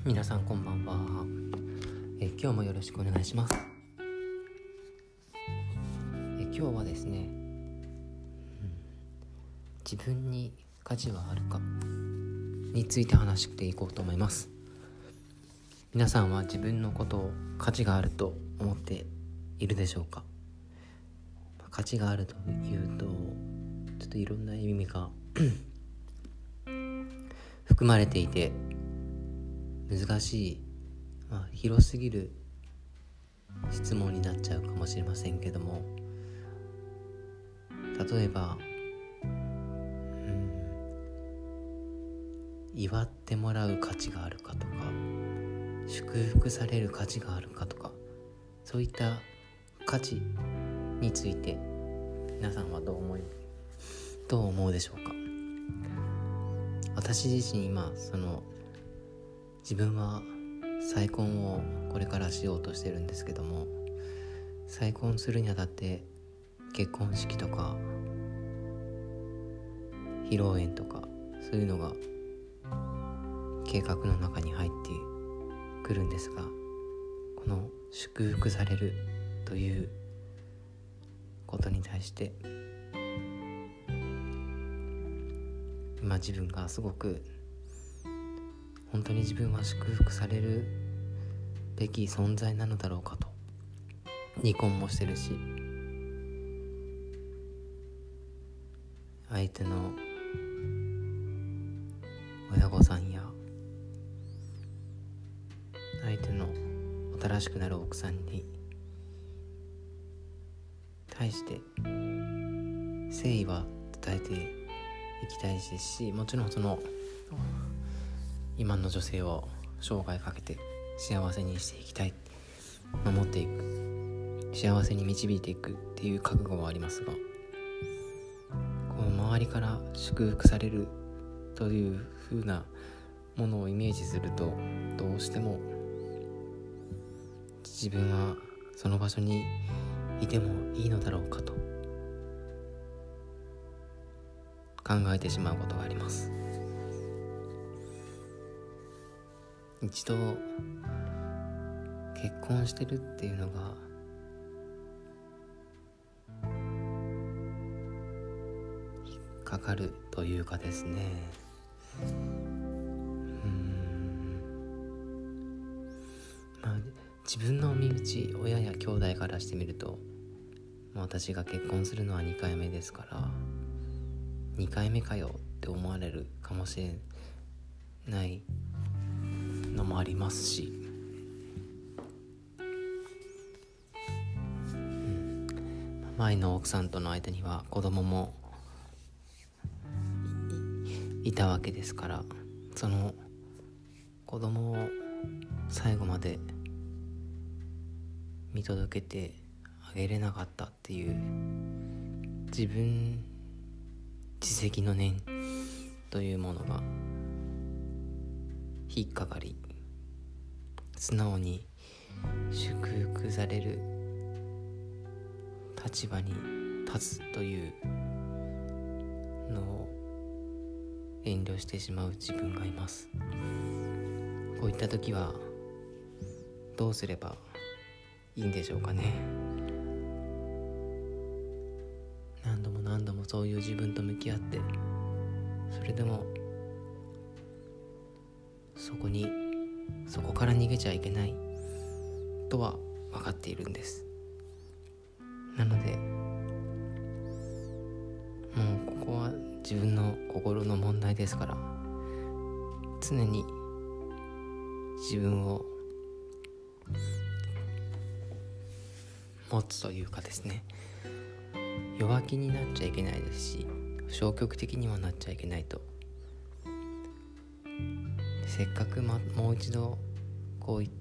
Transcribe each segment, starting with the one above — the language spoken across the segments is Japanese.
皆さんこんばんは。今日もよろしくお願いします。今日はですね、自分に価値はあるかについて話していこうと思います。皆さんは自分のことを価値があると思っているでしょうか？価値があるというとちょっといろんな意味が含まれていて難しい、広すぎる質問になっちゃうかもしれませんけども、例えば、祝ってもらう価値があるかとか、祝福される価値があるかとか、そういった価値について皆さんはどう思うでしょうか？私自身今自分は再婚をこれからしようとしてるんですけども、再婚するにあたって結婚式とか披露宴とかそういうのが計画の中に入ってくるんですが、この祝福されるということに対して今自分がすごく本当に自分は祝福されるべき存在なのだろうかと離婚もしてるし、相手の親御さんや相手の新しくなる奥さんに対して誠意は伝えていきたいですし、もちろん今の女性を生涯かけて幸せにしていきたい、守っていく、幸せに導いていくっていう覚悟はありますが、こう周りから祝福されるという風なものをイメージすると、どうしても自分はその場所にいてもいいのだろうかと考えてしまうことがあります。一度結婚してるっていうのが引っかかるというかですね、自分の身内、親や兄弟からしてみると、私が結婚するのは2回目ですから2回目かよって思われるかもしれないのもありますし、前の奥さんとの間には子供もいたわけですから、その子供を最後まで見届けてあげれなかったっていう自責の念というものが引っかかり、素直に祝福される立場に立つというのを遠慮してしまう自分がいます。こういった時はどうすればいいんでしょうかね。何度もそういう自分と向き合って、それでもそこから逃げちゃいけないとは分かっているんです。なのでもうここは自分の心の問題ですから、常に自分を持つというかですね、弱気になっちゃいけないですし、消極的にはなっちゃいけないと、せっかくもう一度こう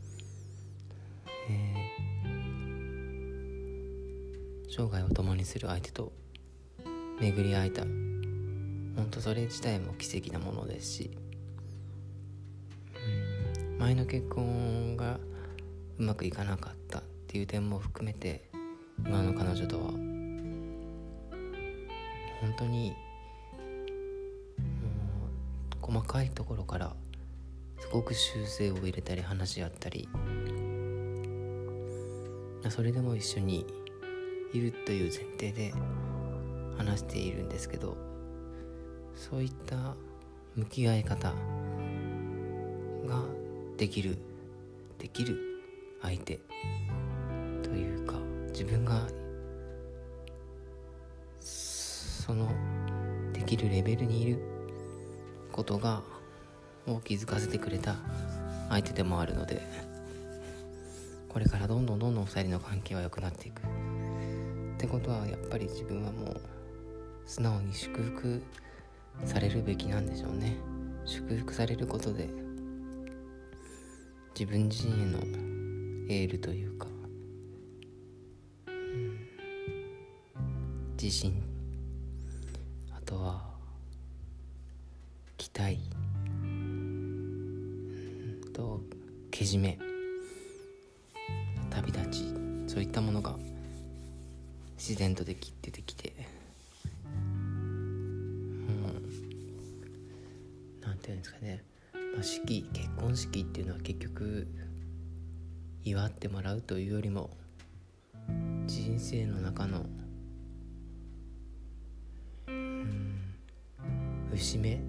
生涯を共にする相手と巡り会えた、本当それ自体も奇跡なものですし、前の結婚がうまくいかなかったっていう点も含めて、今の彼女とは本当に細かいところからすごく修正を入れたり話し合ったり、それでも一緒にいるという前提で話しているんですけど、そういった向き合い方ができる相手というか、自分がそのできるレベルにいることがを気づかせてくれた相手でもあるので、これからどんどん2人の関係は良くなっていくってことは、やっぱり自分はもう素直に祝福されるべきなんでしょうね。祝福されることで自分自身へのエールというか、自信、あとは期待、けじめ、旅立ち、そういったものが自然と出てきて、なんていうんですかね、結婚式っていうのは結局祝ってもらうというよりも、人生の中の節目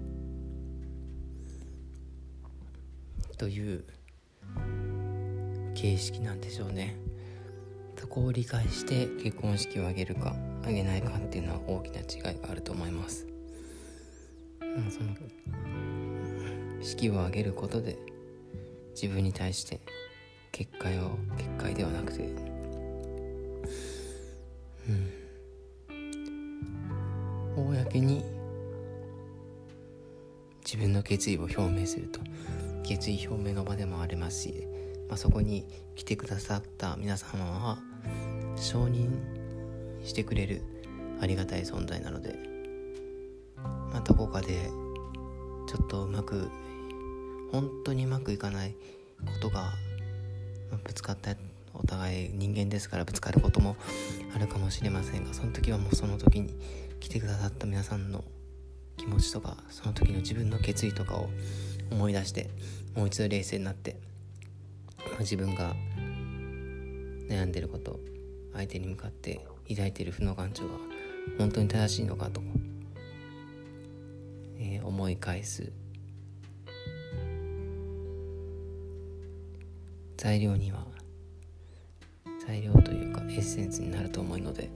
という形式なんでしょうね。そこを理解して結婚式を挙げるか挙げないかっていうのは大きな違いがあると思います。その式を挙げることで自分に対して結界ではなくて、公に自分の決意を表明すると、決意表明の場でもありますし、そこに来てくださった皆様は承認してくれるありがたい存在なので、どこかでちょっと本当にうまくいかないことがぶつかった、お互い人間ですからぶつかることもあるかもしれませんが、その時はもうその時に来てくださった皆さんの気持ちとか、その時の自分の決意とかを思い出して、もう一度冷静になって、自分が悩んでいること、相手に向かって抱いている負の感情が本当に正しいのかと、思い返す材料というかエッセンスになると思うので、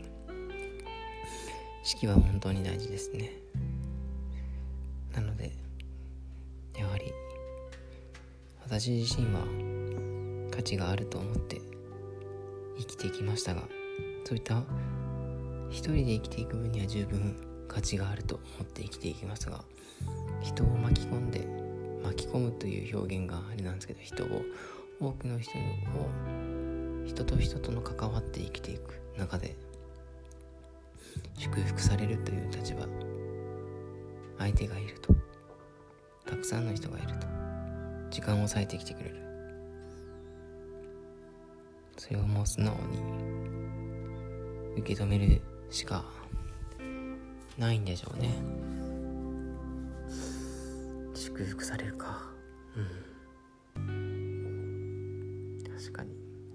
式は本当に大事ですね。なのでやはり私自身は価値があると思って生きてきましたが、そういった一人で生きていく分には十分価値があると思って生きていきますが、人を巻き込むという表現があれなんですけど、多くの人と人との関わって生きていく中で祝福されるという立場、相手がいると、たくさんの人がいると、時間を割いてきてくれる、それをもう素直に受け止めるしかないんでしょうね。祝福されるか、確かに、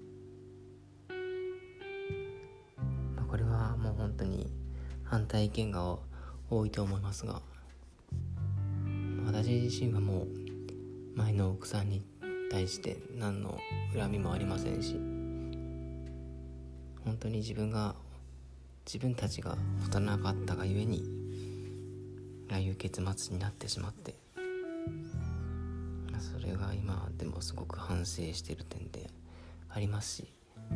これはもう本当に反対意見が多いと思いますが、私自身はもう前の奥さんに対して何の恨みもありませんし、本当に自分たちが幼かったがゆえにああいう結末になってしまって、それが今でもすごく反省している点でありますし、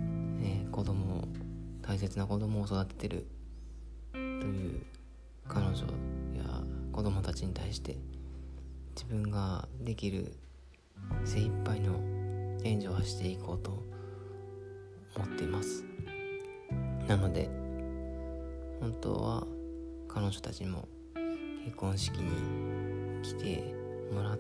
大切な子供を育ててるという彼女や子供たちに対して自分ができる精一杯の援助はしていこうと思っています。なので本当は彼女たちも結婚式に来てもらって、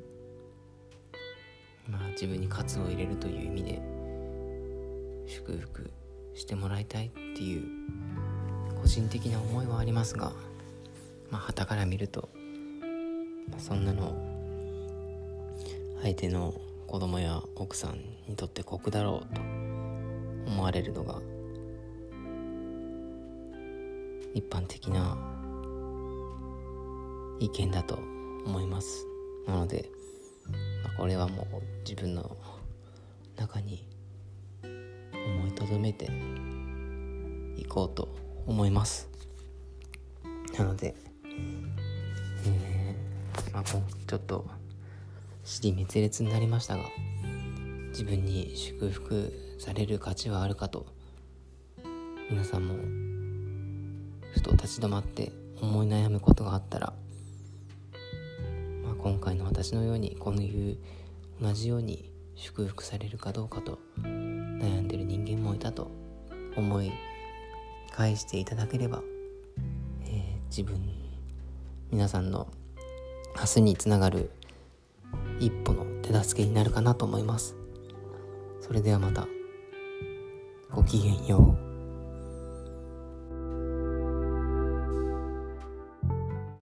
自分に喝を入れるという意味で祝福してもらいたいっていう個人的な思いはありますが、傍から見ると、そんなの相手の子供や奥さんにとって酷だろうと思われるのが一般的な意見だと思います。なので、これはもう自分の中に思いとどめていこうと思います。なので、ちょっと支離滅裂になりましたが、自分に祝福される価値はあるかと、皆さんもふと立ち止まって思い悩むことがあったら、今回の私のように同じように祝福されるかどうかと悩んでる人間もいたと思い返していただければ、皆さんの明日につながる一歩の手助けになるかなと思います。それではまた、ごきげんよう。